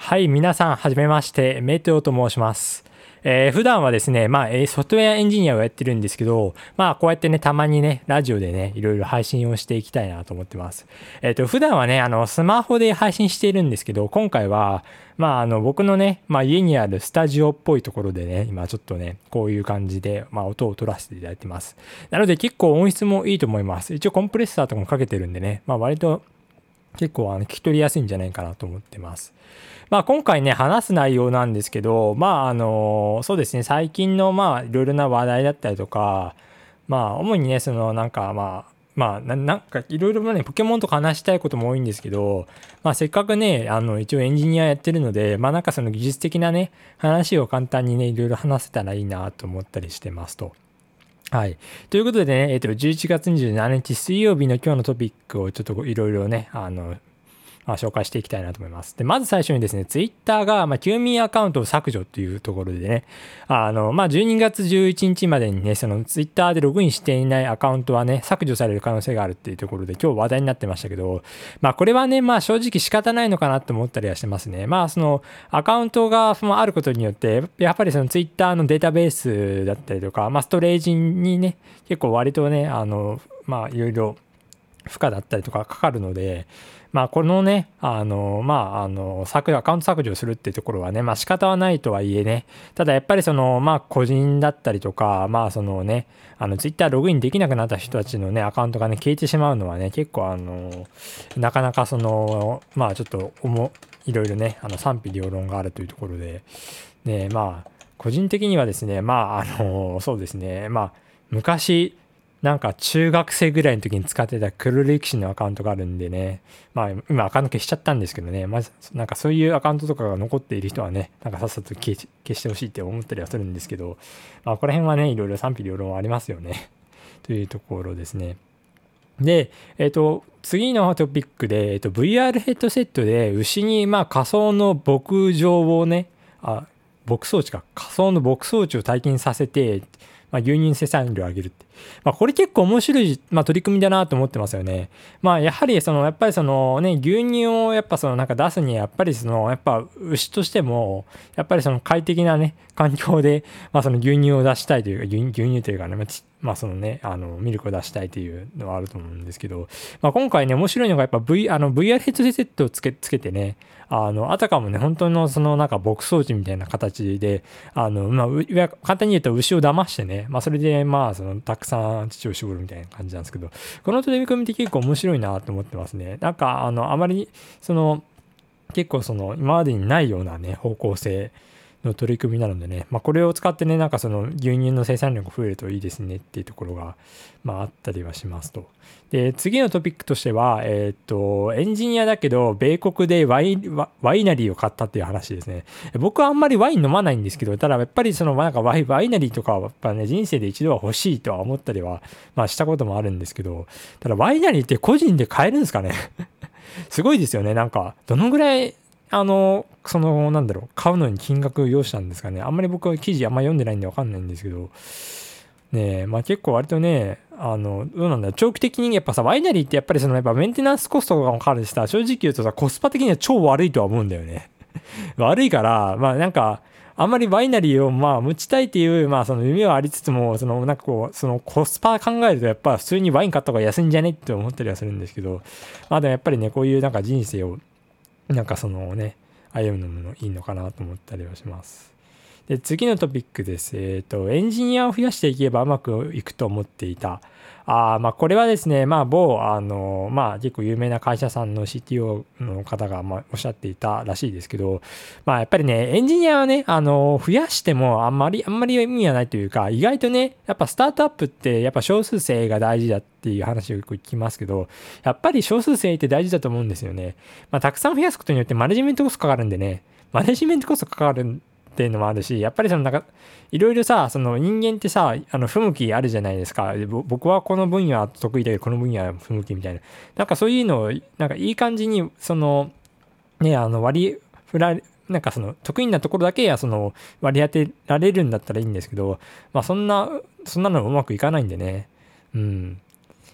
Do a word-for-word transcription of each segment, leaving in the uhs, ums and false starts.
はい、皆さん、はじめまして、メテオと申します。えー、普段はですね、まあ、えーソフトウェアエンジニアをやってるんですけど、まあ、こうやってね、たまにね、ラジオでね、いろいろ配信をしていきたいなと思ってます。えっと、普段はね、あの、スマホで配信しているんですけど、今回は、まあ、あの、僕のね、まあ、家にあるスタジオっぽいところでね、今ちょっとね、こういう感じで、まあ、音を取らせていただいてます。なので、結構音質もいいと思います。一応、コンプレッサーとかもかけてるんでね、まあ、割と、結構あの聞き取りやすいんじゃないかなと思ってます。まあ今回ね、話す内容なんですけど、まああの、そうですね、最近のまあいろいろな話題だったりとか、まあ主にね、そのなんかまあ、まあな、なんかいろいろね、ポケモンとか話したいことも多いんですけど、まあせっかくね、あの一応エンジニアやってるので、まあなんかその技術的なね、話を簡単にね、いろいろ話せたらいいなと思ったりしてますと。はい。ということでね、えっと、じゅういちがつにじゅうしちにち水曜日の今日のトピックをちょっといろいろね、あの、まあ、紹介していきたいなと思います。で、まず最初にですね、ツイッターが、まあ、休眠アカウントを削除というところでね、あの、まあ、じゅうにがつじゅういちにちまでにね、そのツイッターでログインしていないアカウントはね、削除される可能性があるっていうところで、今日話題になってましたけど、まあ、これはね、まあ、正直仕方ないのかなと思ったりはしてますね。まあ、その、アカウントがあることによって、やっぱりそのツイッターのデータベースだったりとか、まあ、ストレージにね、結構割とね、あの、まあ、いろいろ、負荷だったりとかかかるので、まあこのね、あの、まああの、削除、アカウント削除するっていうところはね、まあ仕方はないとはいえね、ただやっぱりその、まあ個人だったりとか、まあそのね、あのツイッターログインできなくなった人たちのね、アカウントがね、消えてしまうのはね、結構あの、なかなかその、まあちょっと重、いろいろね、あの賛否両論があるというところで、ね、まあ個人的にはですね、まああの、そうですね、まあ昔、なんか中学生ぐらいの時に使ってた黒歴史のアカウントがあるんでね。まあ今アカウント消しちゃったんですけどね。まずなんかそういうアカウントとかが残っている人はね、なんかさっさと消し消してほしいって思ったりはするんですけど、まあこの辺はね、いろいろ賛否両論ありますよね。というところですね。で、えっと、次のトピックで、えっと、ブイアール ヘッドセットで牛にまあ仮想の牧場をね、あ、牧草地か、仮想の牧草地を体験させて、まあ、牛乳生産量を上げるって。まあ、これ結構面白い、まあ、取り組みだなと思ってますよね。まあ、やはりその、やっぱりそのね、牛乳をやっぱそのなんか出すには、やっぱりその、やっぱ牛としても、やっぱりその快適なね、環境で、まあその牛乳を出したいというか、牛牛乳というかね、まあ、まあそのね、あの、ミルクを出したいというのはあると思うんですけど、まあ今回ね、面白いのがやっぱ V、あの ブイアール ヘッドセットをつけ、つけてね、あの、あたかもね、本当のそのなんか牧草地みたいな形で、あの、まあ、簡単に言うと牛を騙してね、まあそれでまあそのたくさん乳を絞るみたいな感じなんですけど、この取り組みって結構面白いなと思ってますね。なんかあの、あまりその、結構その今までにないようなね、方向性の取り組みなのでね、まあ、これを使ってね、なんかその牛乳の生産量が増えるといいですねっていうところが、まあ、あったりはしますと。で、次のトピックとしては、えっと、エンジニアだけど、米国でワイワワイナリーを買ったっていう話ですね。僕はあんまりワイン飲まないんですけど、ただやっぱりその、なんかワイワイナリーとかはやっぱね、人生で一度は欲しいとは思ったりは、まあしたこともあるんですけど、ただワイナリーって個人で買えるんですかねすごいですよね。なんか、どのぐらい、あの、その、なんだろう、買うのに金額を要したんですかね。あんまり僕は記事あんま読んでないんでわかんないんですけど、ねえ、まあ結構割とね、あの、どうなんだろう、長期的にやっぱさ、ワイナリーってやっぱりその、やっぱメンテナンスコストがかかるしさ、正直言うとさ、コスパ的には超悪いとは思うんだよね。悪いから、まあなんか、あんまりワイナリーをまあ持ちたいっていう、まあその夢はありつつも、そのなんかこう、そのコスパ考えるとやっぱ普通にワイン買った方が安いんじゃねって思ったりはするんですけど、まあでもやっぱりね、こういうなんか人生をなんかそのね、歩むのもいいのかなと思ったりはします。で、次のトピックです。えっと、エンジニアを増やしていけばうまくいくと思っていた。あまあ、これはですね、まあ、某、あの、まあ、結構有名な会社さんの シーティーオー の方が、まあ、おっしゃっていたらしいですけど、まあ、やっぱりね、エンジニアはね、あの、増やしてもあんまり、あんまり意味はないというか、意外とね、やっぱスタートアップって、やっぱ少数生が大事だっていう話をよく聞きますけど、やっぱり少数生って大事だと思うんですよね。まあ、たくさん増やすことによってマネジメントコストかかるんでね、マネジメントコストかかるっていうのもあるし、やっぱりそのなんか、いろいろさ、その人間ってさ、あの、不向きあるじゃないですか。僕はこの分野は得意だけど、この分野は不向きみたいな。なんかそういうのを、なんかいい感じに、その、ね、あの、割り振られ、なんかその得意なところだけやその割り当てられるんだったらいいんですけど、まあそんな、そんなのうまくいかないんでね。うん。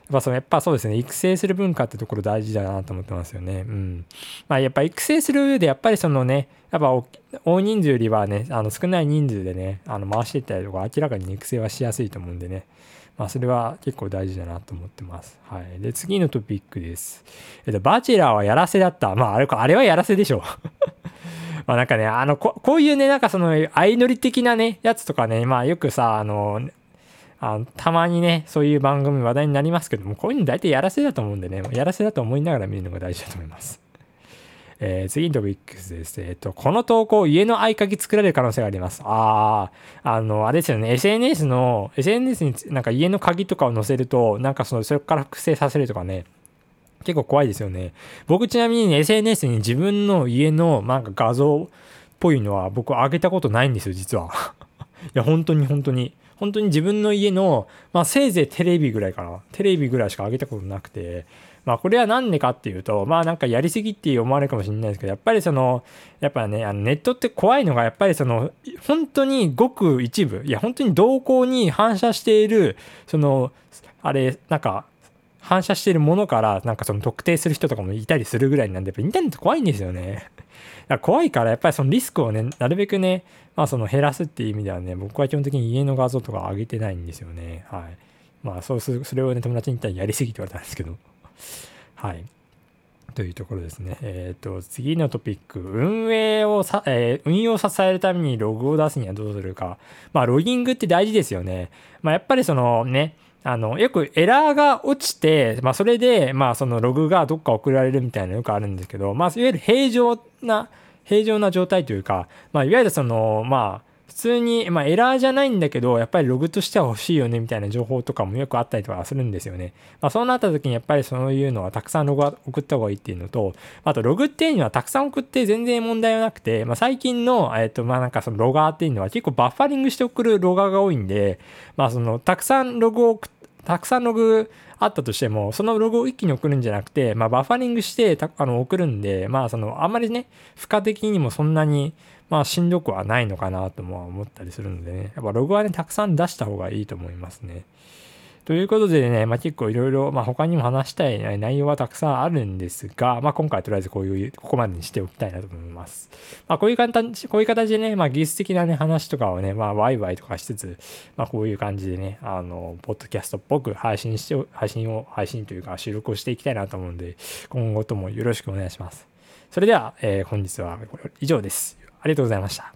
ぱそのやっぱそうですね、育成する文化ってところ大事だなと思ってますよね。うん。まあやっぱ育成する上でやっぱりそのね、やっぱ大人数よりはね、あの少ない人数でね、あの回していったりとか明らかに育成はしやすいと思うんでね。まあそれは結構大事だなと思ってます。はい。で、次のトピックです。えっと、バチェラーはやらせだった。まああれか、あれはやらせでしょう。まあなんかね、あのこ、こういうね、なんかその相乗り的なね、やつとかね、まあよくさ、あの、あのたまにね、そういう番組話題になりますけども、こういうの大体やらせだと思うんでね、やらせだと思いながら見るのが大事だと思います。えー、次のトピックスです。えっと、この投稿、家の合鍵作られる可能性があります。ああ、あの、あれですよね、エスエヌエス の、エスエヌエス になんか家の鍵とかを載せると、なんかその、それから複製させるとかね、結構怖いですよね。僕ちなみに、ね、エスエヌエス に自分の家のなんか画像っぽいのは僕上げたことないんですよ、実は。いや、本当に本当に。本当に自分の家の、まあせいぜいテレビぐらいかな。テレビぐらいしか上げたことなくて、まあこれはなんでかっていうと、まあなんかやりすぎって思われるかもしれないですけど、やっぱりその、やっぱね、あのネットって怖いのが、やっぱりその、本当にごく一部、いや本当に動向に反射している、その、あれ、なんか、反射しているものから、なんかその特定する人とかもいたりするぐらいなんで、やっぱインターネット怖いんですよね。だから怖いから、やっぱりそのリスクをね、なるべくね、まあその減らすっていう意味ではね、僕は基本的に家の画像とか上げてないんですよね。はい。まあそうする、それをね、友達に言ったらやりすぎって言われたんですけど。はい。というところですね。えっ、ー、と、次のトピック。運営をさ、えー、運用を支えるためにログを出すにはどうするか。まあ、ロギングって大事ですよね。まあ、やっぱりそのね、あの、よくエラーが落ちて、まあ、それで、まあ、そのログがどっか送られるみたいなのよくあるんですけど、まあ、いわゆる平常な、平常な状態というか、まあ、いわゆるその、まあ、普通に、まあ、エラーじゃないんだけど、やっぱりログとしては欲しいよねみたいな情報とかもよくあったりとかするんですよね。まあ、そうなった時にやっぱりそういうのはたくさんログは送った方がいいっていうのと、あとログっていうのはたくさん送って全然問題はなくて、まあ、最近の、えっと、まあ、なんかそのロガーっていうのは結構バッファリングして送るロガーが多いんで、まあ、その、たくさんログを送たくさんログあったとしても、そのログを一気に送るんじゃなくて、まあ、バッファリングしてたあの送るんで、まあ、その、あんまりね、負荷的にもそんなに、まあ、しんどくはないのかなとも思ったりするのでね、やっぱログはね、たくさん出した方がいいと思いますね。ということでね、まあ、結構いろいろ、まあ、他にも話したい内容はたくさんあるんですが、まあ、今回とりあえずこういう、ここまでにしておきたいなと思います。まあ、こういう形、こういう形でね、まあ、技術的なね、話とかをね、まあ、ワイワイとかしつつ、まあ、こういう感じでね、あの、ポッドキャストっぽく配信して、配信を、配信というか収録をしていきたいなと思うんで、今後ともよろしくお願いします。それでは、えー、本日は以上です。ありがとうございました。